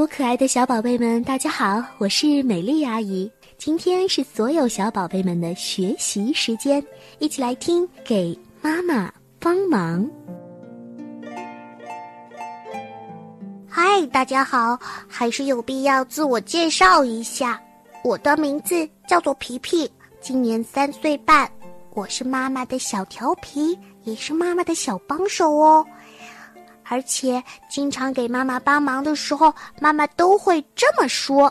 Hello， 可爱的小宝贝们，大家好，我是美丽阿姨。今天是所有小宝贝们的学习时间，一起来听给妈妈帮忙。 嗨，大家好，还是有必要自我介绍一下。我的名字叫做皮皮，今年3岁半，我是妈妈的小调皮，也是妈妈的小帮手哦。而且经常给妈妈帮忙的时候，妈妈都会这么说：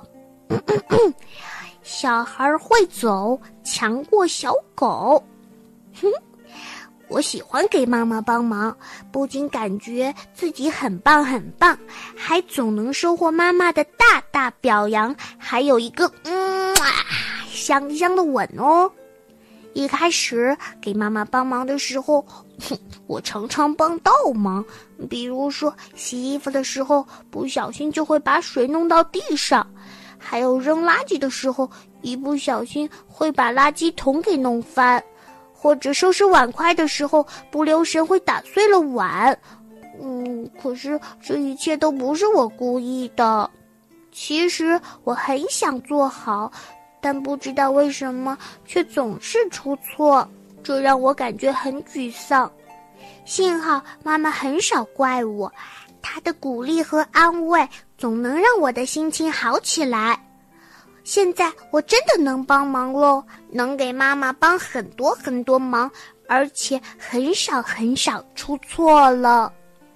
小孩会走，强过小狗。我喜欢给妈妈帮忙，不仅感觉自己很棒很棒，还总能收获妈妈的大大表扬，还有一个香香的吻哦。一开始给妈妈帮忙的时候，我常常帮倒忙，比如说洗衣服的时候不小心就会把水弄到地上，还有扔垃圾的时候一不小心会把垃圾桶给弄翻，或者收拾碗筷的时候不留神会打碎了碗。可是这一切都不是我故意的。其实我很想做好，但不知道为什么却总是出错，这让我感觉很沮丧。幸好妈妈很少怪我，她的鼓励和安慰总能让我的心情好起来。现在我真的能帮忙咯，能给妈妈帮很多很多忙，而且很少很少出错了。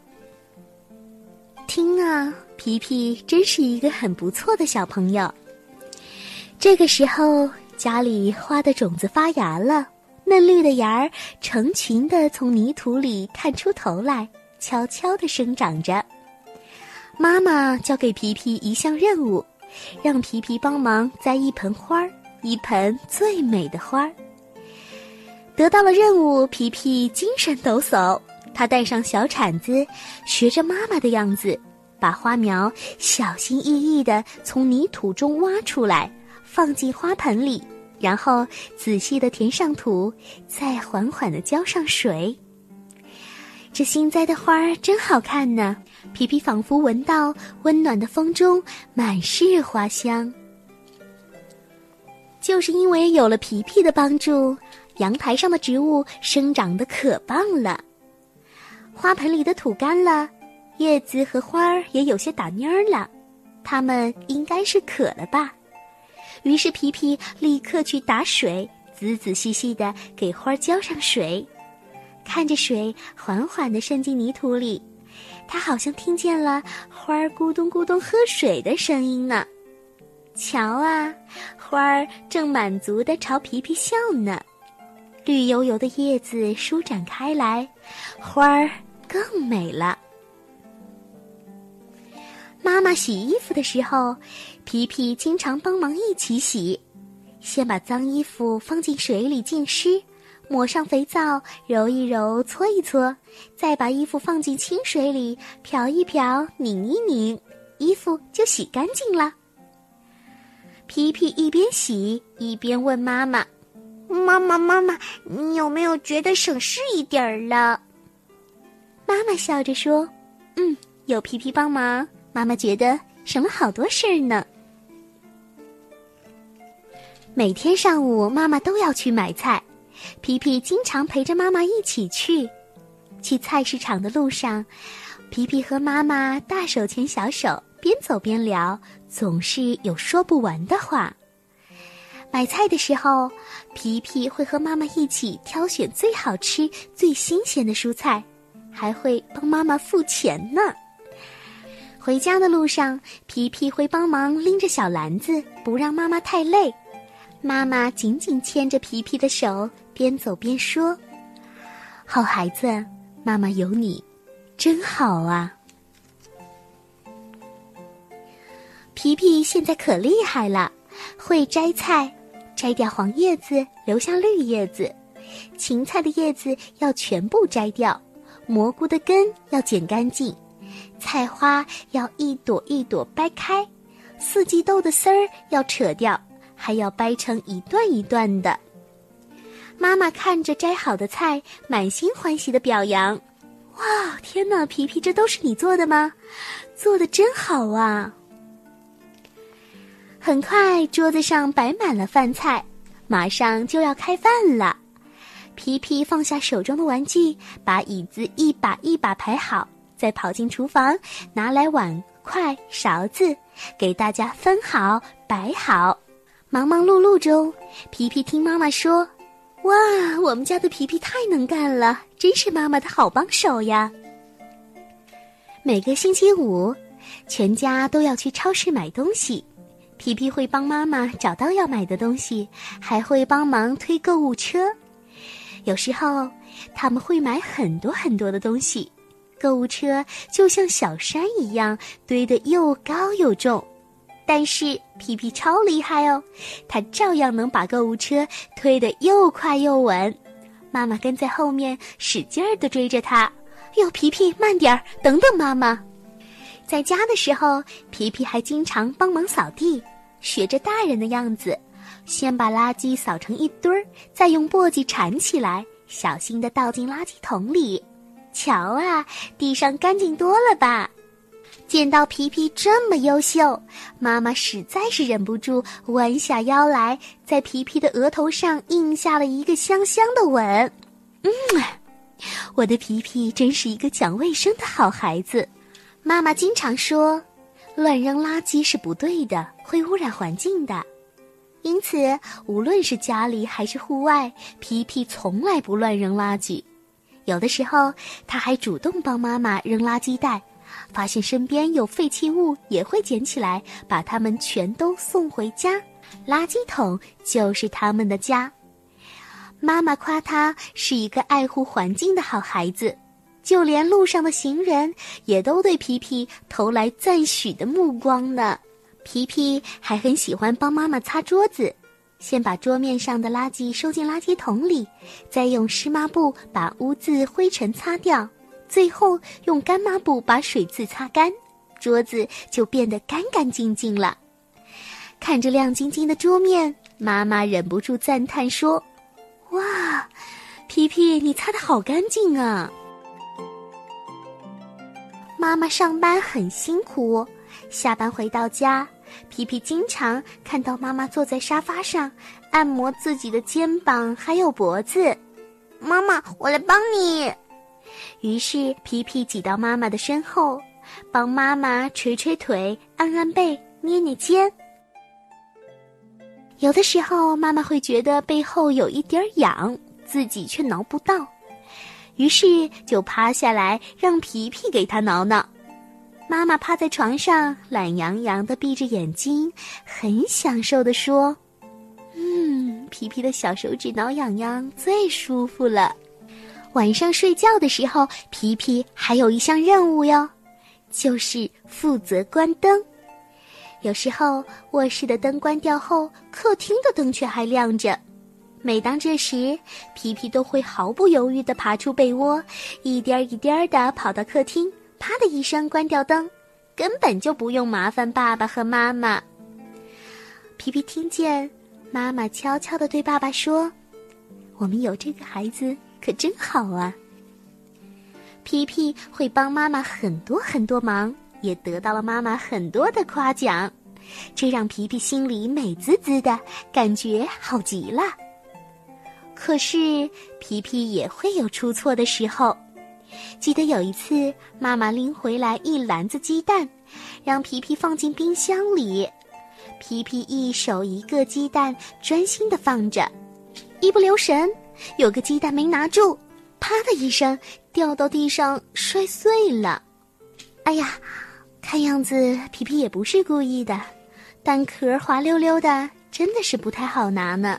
听啊，皮皮真是一个很不错的小朋友。这个时候，家里花的种子发芽了，嫩绿的芽儿成群地从泥土里探出头来，悄悄地生长着。妈妈交给皮皮一项任务，让皮皮帮忙栽一盆花儿，一盆最美的花儿。得到了任务，皮皮精神抖擞，他带上小铲子，学着妈妈的样子，把花苗小心翼翼地从泥土中挖出来，放进花盆里，然后仔细地填上土，再缓缓地浇上水。这新栽的花儿真好看呢，皮皮仿佛闻到温暖的风中满是花香。就是因为有了皮皮的帮助，阳台上的植物生长得可棒了。花盆里的土干了，叶子和花儿也有些打蔫儿了，它们应该是渴了吧。于是皮皮立刻去打水，仔仔细细地给花浇上水。看着水缓缓地渗进泥土里，他好像听见了花儿咕咚咕咚喝水的声音呢。瞧啊，花儿正满足地朝皮皮笑呢。绿油油的叶子舒展开来，花儿更美了。妈妈洗衣服的时候，皮皮经常帮忙一起洗。先把脏衣服放进水里浸湿，抹上肥皂，揉一揉，搓一搓，再把衣服放进清水里，漂一漂，拧一拧，衣服就洗干净了。皮皮一边洗一边问妈妈：妈妈，你有没有觉得省事一点儿了？妈妈笑着说：有皮皮帮忙，妈妈觉得省了好多事儿呢。每天上午妈妈都要去买菜，皮皮经常陪着妈妈一起去。去菜市场的路上，皮皮和妈妈大手牵小手，边走边聊，总是有说不完的话。买菜的时候，皮皮会和妈妈一起挑选最好吃最新鲜的蔬菜，还会帮妈妈付钱呢。回家的路上，皮皮会帮忙拎着小篮子，不让妈妈太累。妈妈紧紧牵着皮皮的手，边走边说：好孩子，妈妈有你真好啊。皮皮现在可厉害了，会摘菜，摘掉黄叶子，留下绿叶子，芹菜的叶子要全部摘掉，蘑菇的根要剪干净，菜花要一朵一朵掰开，四季豆的丝儿要扯掉，还要掰成一段一段的。妈妈看着摘好的菜，满心欢喜地表扬：哇，天哪，皮皮，这都是你做的吗？做得真好啊！ 很快桌子上摆满了饭菜，马上就要开饭了。皮皮放下手中的玩具，把椅子一把一把排好，再跑进厨房，拿来碗筷勺子，给大家分好摆好。忙忙碌碌中，皮皮听妈妈说，哇，我们家的皮皮太能干了，真是妈妈的好帮手呀。每个星期五，全家都要去超市买东西，皮皮会帮妈妈找到要买的东西，还会帮忙推购物车。有时候他们会买很多很多的东西，购物车就像小山一样堆得又高又重。但是皮皮超厉害哦，他照样能把购物车推得又快又稳。妈妈跟在后面使劲儿地追着他，哟，皮皮慢点儿，等等妈妈。在家的时候，皮皮还经常帮忙扫地，学着大人的样子，先把垃圾扫成一堆儿，再用簸箕铲起来，小心地倒进垃圾桶里。瞧啊，地上干净多了吧？见到皮皮这么优秀，妈妈实在是忍不住弯下腰来，在皮皮的额头上印下了一个香香的吻。我的皮皮真是一个讲卫生的好孩子。妈妈经常说，乱扔垃圾是不对的，会污染环境的。因此，无论是家里还是户外，皮皮从来不乱扔垃圾。有的时候，他还主动帮妈妈扔垃圾袋，发现身边有废弃物也会捡起来，把它们全都送回家。垃圾桶就是他们的家。妈妈夸他是一个爱护环境的好孩子，就连路上的行人也都对皮皮投来赞许的目光呢。皮皮还很喜欢帮妈妈擦桌子，先把桌面上的垃圾收进垃圾桶里，再用湿抹布把污渍灰尘擦掉，最后用干抹布把水渍擦干，桌子就变得干干净净了。看着亮晶晶的桌面，妈妈忍不住赞叹说，哇，皮皮你擦得好干净啊。妈妈上班很辛苦，下班回到家，皮皮经常看到妈妈坐在沙发上按摩自己的肩膀还有脖子。 妈妈，我来帮你。 于是皮皮挤到妈妈的身后，帮妈妈捶捶腿，按按背，捏捏肩。有的时候妈妈会觉得背后有一点痒，自己却挠不到，于是就趴下来让皮皮给她挠挠。妈妈趴在床上懒洋洋地闭着眼睛，很享受地说，皮皮的小手指挠痒痒最舒服了。晚上睡觉的时候，皮皮还有一项任务哟，就是负责关灯。有时候卧室的灯关掉后，客厅的灯却还亮着。每当这时，皮皮都会毫不犹豫地爬出被窝，一颠一颠地跑到客厅，啪的一声关掉灯，根本就不用麻烦爸爸和妈妈。皮皮听见妈妈悄悄地对爸爸说，我们有这个孩子可真好啊。皮皮会帮妈妈很多很多忙，也得到了妈妈很多的夸奖，这让皮皮心里美滋滋的，感觉好极了。可是皮皮也会有出错的时候。记得有一次，妈妈拎回来一篮子鸡蛋，让皮皮放进冰箱里。皮皮一手一个鸡蛋专心地放着，一不留神有个鸡蛋没拿住，啪的一声掉到地上摔碎了。哎呀，看样子皮皮也不是故意的，蛋壳滑溜溜的，真的是不太好拿呢。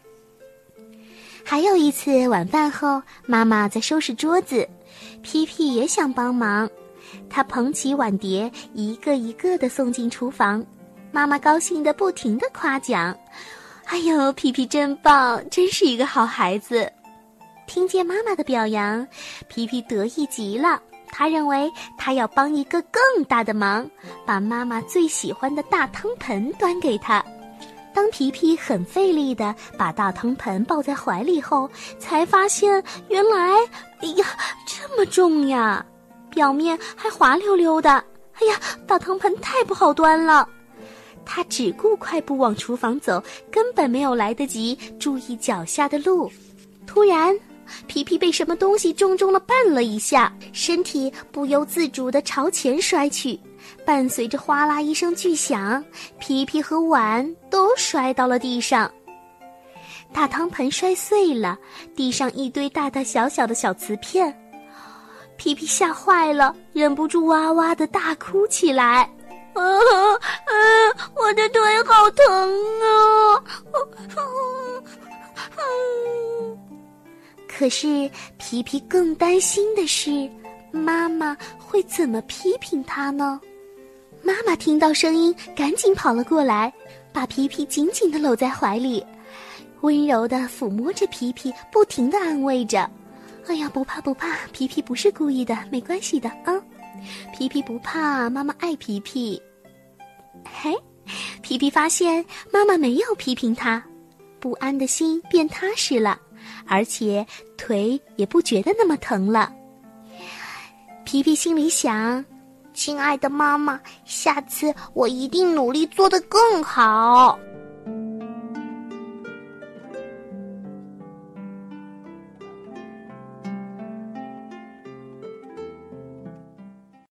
还有一次晚饭后，妈妈在收拾桌子，皮皮也想帮忙，他捧起碗碟一个一个地送进厨房，妈妈高兴地不停地夸奖，哎呦，皮皮真棒，真是一个好孩子。听见妈妈的表扬，皮皮得意极了，他认为他要帮一个更大的忙，把妈妈最喜欢的大汤盆端给他。当皮皮很费力地把大汤盆抱在怀里后，才发现原来，哎呀，这么重呀，表面还滑溜溜的，哎呀，大汤盆太不好端了。 他只顾快步往厨房走，根本没有来得及注意脚下的路。突然，皮皮被什么东西重重地绊了一下，身体不由自主地朝前摔去，伴随着哗啦一声巨响，皮皮和碗都摔到了地上。大汤盆摔碎了，地上一堆大大小小的小瓷片。皮皮吓坏了，忍不住哇哇地大哭起来。 我的腿好疼啊！ 可是皮皮更担心的是，妈妈会怎么批评他呢？妈妈听到声音，赶紧跑了过来，把皮皮紧紧地搂在怀里，温柔地抚摸着皮皮，不停地安慰着。哎呀，不怕不怕，皮皮不是故意的，没关系的啊。皮皮不怕，妈妈爱皮皮。嘿，皮皮发现妈妈没有批评他，不安的心变踏实了，而且腿也不觉得那么疼了。皮皮心里想， 亲爱的妈妈，下次我一定努力做得更好。